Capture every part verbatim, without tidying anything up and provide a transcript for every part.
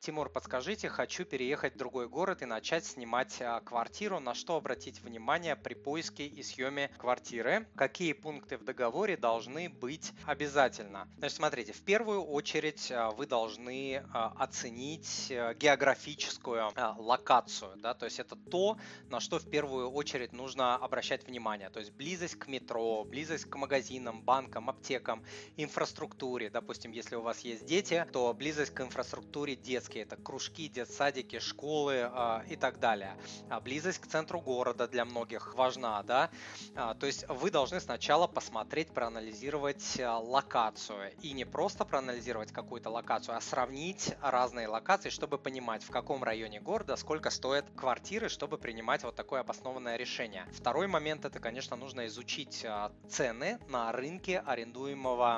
Тимур, подскажите, хочу переехать в другой город и начать снимать а, квартиру. На что обратить внимание при поиске и съеме квартиры? Какие пункты в договоре должны быть обязательно? Значит, смотрите, в первую очередь а, вы должны а, оценить а, географическую а, локацию, да, то есть это то, на что в первую очередь нужно обращать внимание, то есть близость к метро, близость к магазинам, банкам, аптекам, инфраструктуре. Допустим, если у вас есть дети, то близость к инфраструктуре детские, это кружки, детсадики, школы а, и так далее. А близость к центру города для многих важна, да. А, то есть вы должны сначала посмотреть, проанализировать а, локацию и не просто проанализировать какую-то локацию, а сравнить разные локации, чтобы понимать, в каком районе города сколько стоят квартиры, чтобы принимать вот такое обоснованное решение. Второй момент, это, конечно, нужно изучить а, цены на рынке арендуемого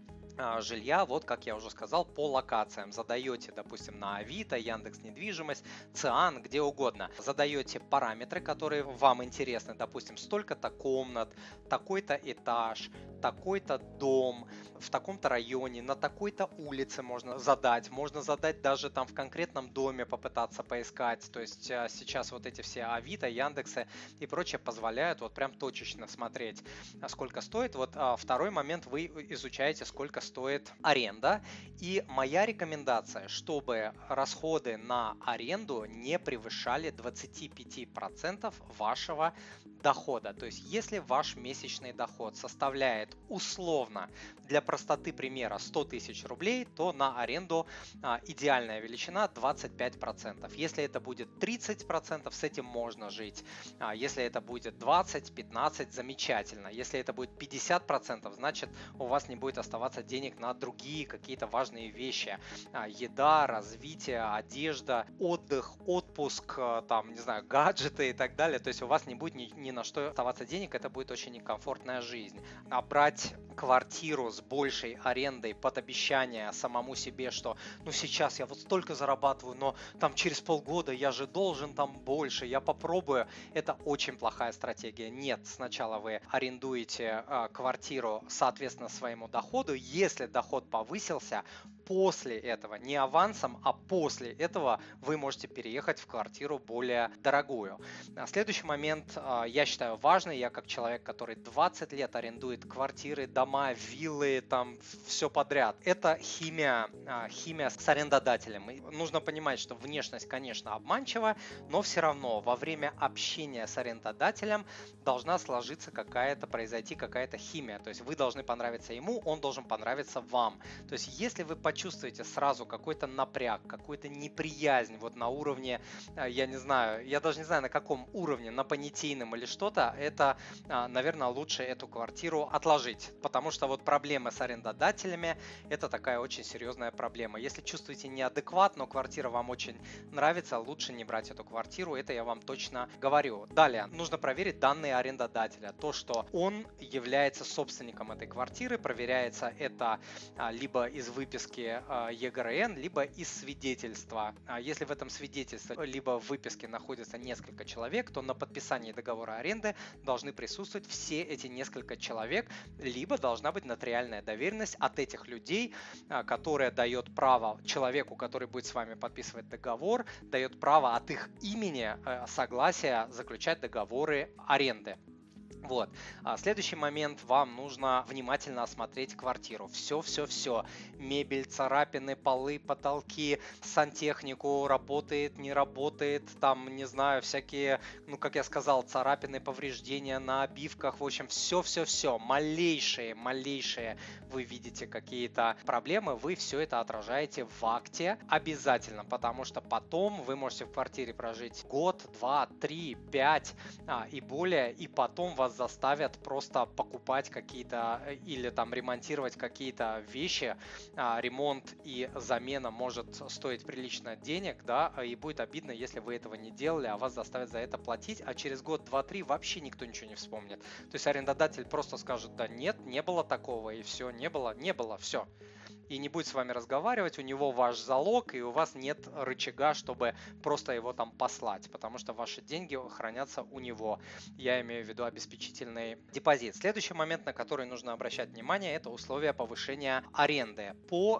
а, жилья, вот как я уже сказал, по локациям. Задаете, допустим, на Авито, Яндекс Недвижимость, Циан, где угодно. Задаете параметры, которые вам интересны, допустим, столько-то комнат, такой-то этаж, такой-то дом, в таком-то районе, на такой-то улице можно задать. Можно задать даже там в конкретном доме, попытаться поискать. То есть а, сейчас вот эти все Авито, Яндексы и прочее позволяют вот прям точечно смотреть, а, сколько стоит. Вот а, второй момент, вы изучаете, сколько стоит аренда. И моя рекомендация, чтобы расходы на аренду не превышали двадцать пять процентов вашего дохода. То есть если ваш месячный доход составляет условно, для простоты примера, сто тысяч рублей, то на аренду а, идеальная величина двадцать пять процентов. Если это будет тридцать процентов, с этим можно жить. А, если это будет двадцать-пятнадцать, замечательно. Если это будет пятьдесят процентов, значит у вас не будет оставаться денег на другие какие-то важные вещи. А, еда, развитие, одежда, отдых, отпуск, там, не знаю, гаджеты и так далее. То есть у вас не будет ни, ни на что оставаться денег, это будет очень некомфортная жизнь. А брать квартиру с большей арендой под обещание самому себе, что ну сейчас я вот столько зарабатываю, но там через полгода я же должен там больше, я попробую. Это очень плохая стратегия. Нет, сначала вы арендуете э, квартиру соответственно своему доходу. Если доход повысился, после этого, не авансом, а после этого вы можете переехать в квартиру более дорогую. Следующий момент, я считаю важный, я как человек, который двадцать лет арендует квартиры, дома, виллы, там все подряд. Это химия, химия с арендодателем. И нужно понимать, что внешность, конечно, обманчива, но все равно во время общения с арендодателем должна сложиться какая-то, произойти какая-то химия. То есть вы должны понравиться ему, он должен понравиться вам. То есть если вы почувствуете сразу какой-то напряг, какую-то неприязнь вот на уровне, я не знаю, я даже не знаю на каком уровне, на понятийном или что-то, это, наверное, лучше эту квартиру отложить, потому что вот проблемы с арендодателями – это такая очень серьезная проблема. Если чувствуете неадекват, но квартира вам очень нравится, лучше не брать эту квартиру, это я вам точно говорю. Далее, нужно проверить данные арендодателя, то, что он является собственником этой квартиры, проверяется это либо из выписки ЕГРН, либо из свидетельства. Если в этом свидетельстве либо в выписке находится несколько человек, то на подписании договора аренды должны присутствовать все эти несколько человек, либо должна быть нотариальная доверенность от этих людей, которая дает право человеку, который будет с вами подписывать договор, дает право от их имени согласия заключать договоры аренды. Вот. А следующий момент, вам нужно внимательно осмотреть квартиру. Все, все, все. Мебель, царапины, полы, потолки, сантехнику, работает, не работает, там, не знаю, всякие, ну, как я сказал, царапины, повреждения на обивках, в общем, все, все, все. Малейшие, малейшие вы видите какие-то проблемы, вы все это отражаете в акте обязательно, потому что потом вы можете в квартире прожить год, два, три, пять а, и более, и потом вас заставят просто покупать какие-то или там ремонтировать какие-то вещи. А, ремонт и замена может стоить прилично денег, да, и будет обидно, если вы этого не делали, а вас заставят за это платить, а через год, два, три вообще никто ничего не вспомнит. То есть арендодатель просто скажет, да нет, не было такого, и все, не было, не было, все. и не будет с вами разговаривать, у него ваш залог, и у вас нет рычага, чтобы просто его там послать, потому что ваши деньги хранятся у него. Я имею в виду обеспечительный депозит. Следующий момент, на который нужно обращать внимание, это условия повышения аренды. По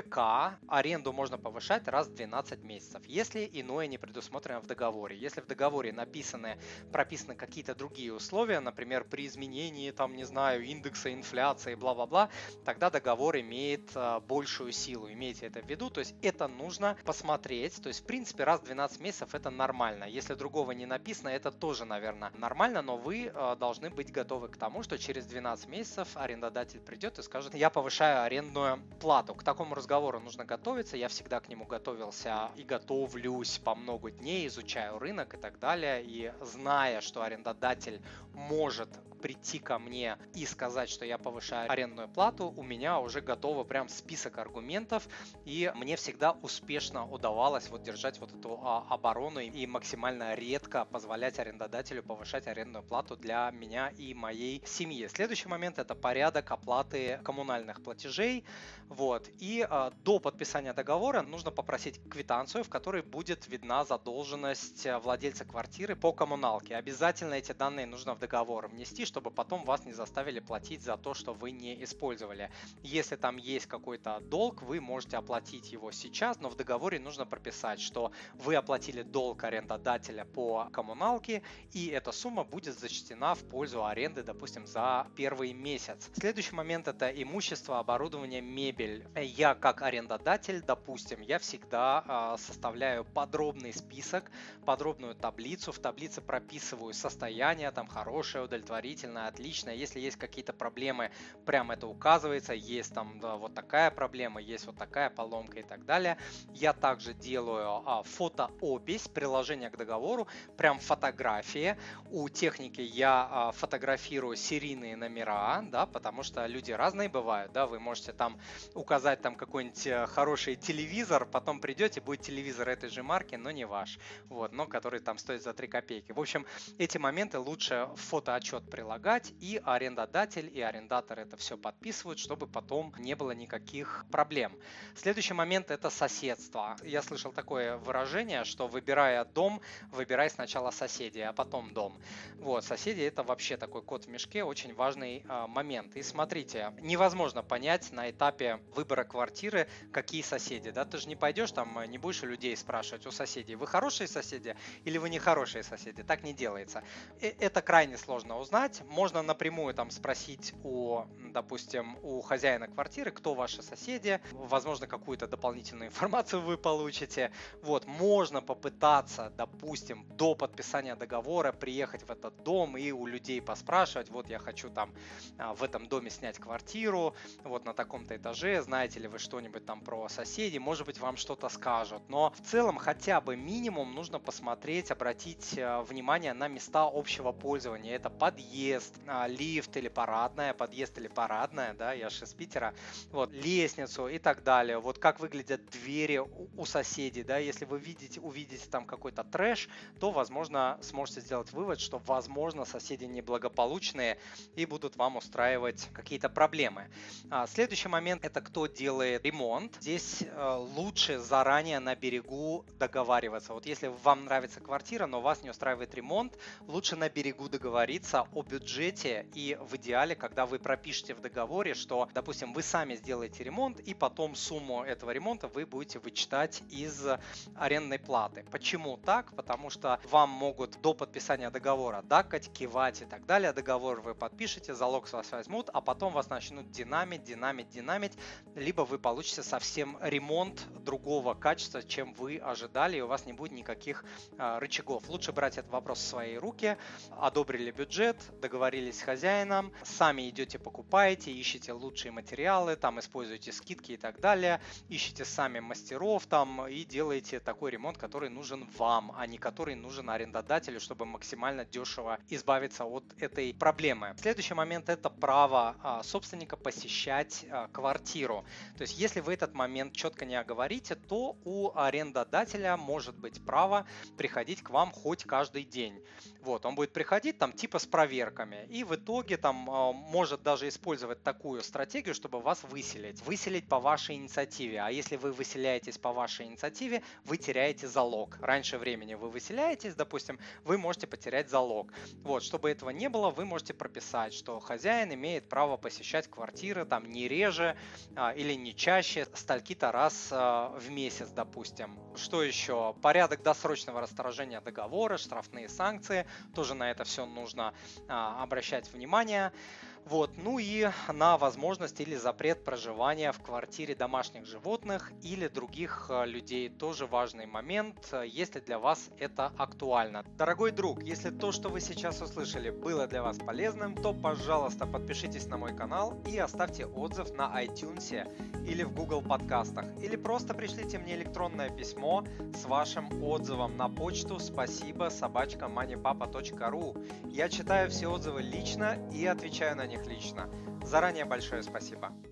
ГК аренду можно повышать раз в двенадцать месяцев, если иное не предусмотрено в договоре. Если в договоре написаны, прописаны какие-то другие условия, например, при изменении, там, не знаю, индекса инфляции, бла-бла-бла, тогда договор имеет а, большую силу. Имейте это в виду, то есть это нужно посмотреть. То есть, в принципе, раз в двенадцать месяцев это нормально. Если другого не написано, это тоже, наверное, нормально, но вы а, должны быть готовы к тому, что через двенадцать месяцев арендодатель придет и скажет: я повышаю арендную плату. К такому разговору нужно готовиться. Я всегда к нему готовился и готовлюсь по много дней, изучаю рынок и так далее. И зная, что арендодатель может прийти ко мне и сказать, что я повышаю арендную плату, у меня уже готово прям список аргументов, и мне всегда успешно удавалось вот держать вот эту а, оборону и максимально редко позволять арендодателю повышать арендную плату для меня и моей семьи. Следующий момент — это порядок оплаты коммунальных платежей. Вот. И а, до подписания договора нужно попросить квитанцию, в которой будет видна задолженность владельца квартиры по коммуналке. Обязательно эти данные нужно в договор внести, чтобы потом вас не заставили платить за то, что вы не использовали. Если там есть какой-то долг, вы можете оплатить его сейчас, но в договоре нужно прописать, что вы оплатили долг арендодателя по коммуналке, и эта сумма будет зачтена в пользу аренды, допустим, за первый месяц. Следующий момент — это имущество, оборудование, мебель. Я как арендодатель, допустим, я всегда э, составляю подробный список, подробную таблицу. В таблице прописываю состояние, там хорошее, удовлетворительное, отличное. Если есть какие-то проблемы, прям это указывается. Есть там да, вот такая проблема, есть вот такая поломка и так далее. Я также делаю а, фотоопись, приложение к договору, прям фотографии. У техники я а, фотографирую серийные номера, да, потому что люди разные бывают, да, вы можете там указать там какой-нибудь хороший телевизор, потом придете, будет телевизор этой же марки, но не ваш, вот, но который там стоит за три копейки. В общем, эти моменты лучше в фотоотчет прилагать, и арендодатель, и арендатор это все подписывают, чтобы потом не было никаких проблем. Следующий момент — это соседство. Я слышал такое выражение, что выбирая дом, выбирай сначала соседей, а потом дом. Вот, соседи — это вообще такой кот в мешке, очень важный а, момент. И смотрите, невозможно понять на этапе выбора квартиры, какие соседи, да, ты же не пойдешь там, не будешь у людей спрашивать, у соседей, вы хорошие соседи или вы не хорошие соседи, так не делается. Это крайне сложно узнать, можно напрямую там спросить у, допустим, у хозяина квартиры, кто ваши соседи, возможно, какую-то дополнительную информацию вы получите, вот, можно попытаться, допустим, до подписания договора приехать в этот дом и у людей поспрашивать, вот я хочу там в этом доме снять квартиру, вот на таком-то этаже, знаете ли вы что-нибудь там про соседей, может быть, вам что-то скажут, но в целом хотя бы минимум нужно посмотреть, обратить внимание на места общего пользования, это подъезд, лифт или парадная, подъезд или парадная, да, я же из Питера, вот, лестницу и так далее, вот как выглядят двери у соседей, да, если вы видите, увидите там какой-то трэш, то, возможно, сможете сделать вывод, что, возможно, соседи неблагополучные и будут вам устраивать какие-то проблемы. Следующий момент — это кто делает ремонт. Здесь лучше заранее на берегу договариваться. Вот если вам нравится квартира, но вас не устраивает ремонт, лучше на берегу договориться о бюджете, и в идеале, когда вы пропишете в договоре, что, допустим, вы сами сделаете ремонт, и потом сумму этого ремонта вы будете вычитать из арендной платы. Почему так? Потому что вам могут до подписания договора дакать, кивать и так далее. Договор вы подпишете, залог с вас возьмут, а потом вас начнут динамить, динамить, динамить, либо вы получите совсем ремонт другого качества, чем вы ожидали, и у вас не будет никаких а, рычагов. Лучше брать этот вопрос в свои руки, одобрили бюджет, договорились с хозяином, сами идете покупаете, ищете лучшие материалы, там используете скидки и так далее, ищете сами мастеров там и делаете такой ремонт, который нужен вам, а не который нужен арендодателю, чтобы максимально дешево избавиться от этой проблемы. Следующий момент — это право а, собственника посещать а, квартиру. То есть если вы этот момент четко не оговорите, то у арендодателя может быть право приходить к вам хоть каждый день. Вот, он будет приходить там типа с проверкой. проверками. И в итоге там э, может даже использовать такую стратегию, чтобы вас выселить. Выселить по вашей инициативе. А если вы выселяетесь по вашей инициативе, вы теряете залог. Раньше времени вы выселяетесь, допустим, вы можете потерять залог. Вот, чтобы этого не было, вы можете прописать, что хозяин имеет право посещать квартиры там не реже а, или не чаще стольки-то раз а, в месяц, допустим. Что еще? Порядок досрочного расторжения договора, штрафные санкции. Тоже на это все нужно а, обращать внимание. Вот. Ну и на возможность или запрет проживания в квартире домашних животных или других э, людей. Тоже важный момент, э, если для вас это актуально. Дорогой друг, если то, что вы сейчас услышали, было для вас полезным, то, пожалуйста, подпишитесь на мой канал и оставьте отзыв на iTunes или в Google подкастах. Или просто пришлите мне электронное письмо с вашим отзывом на почту спасибо собака манипапа точка ру. Я читаю все отзывы лично и отвечаю на них лично. Заранее большое спасибо.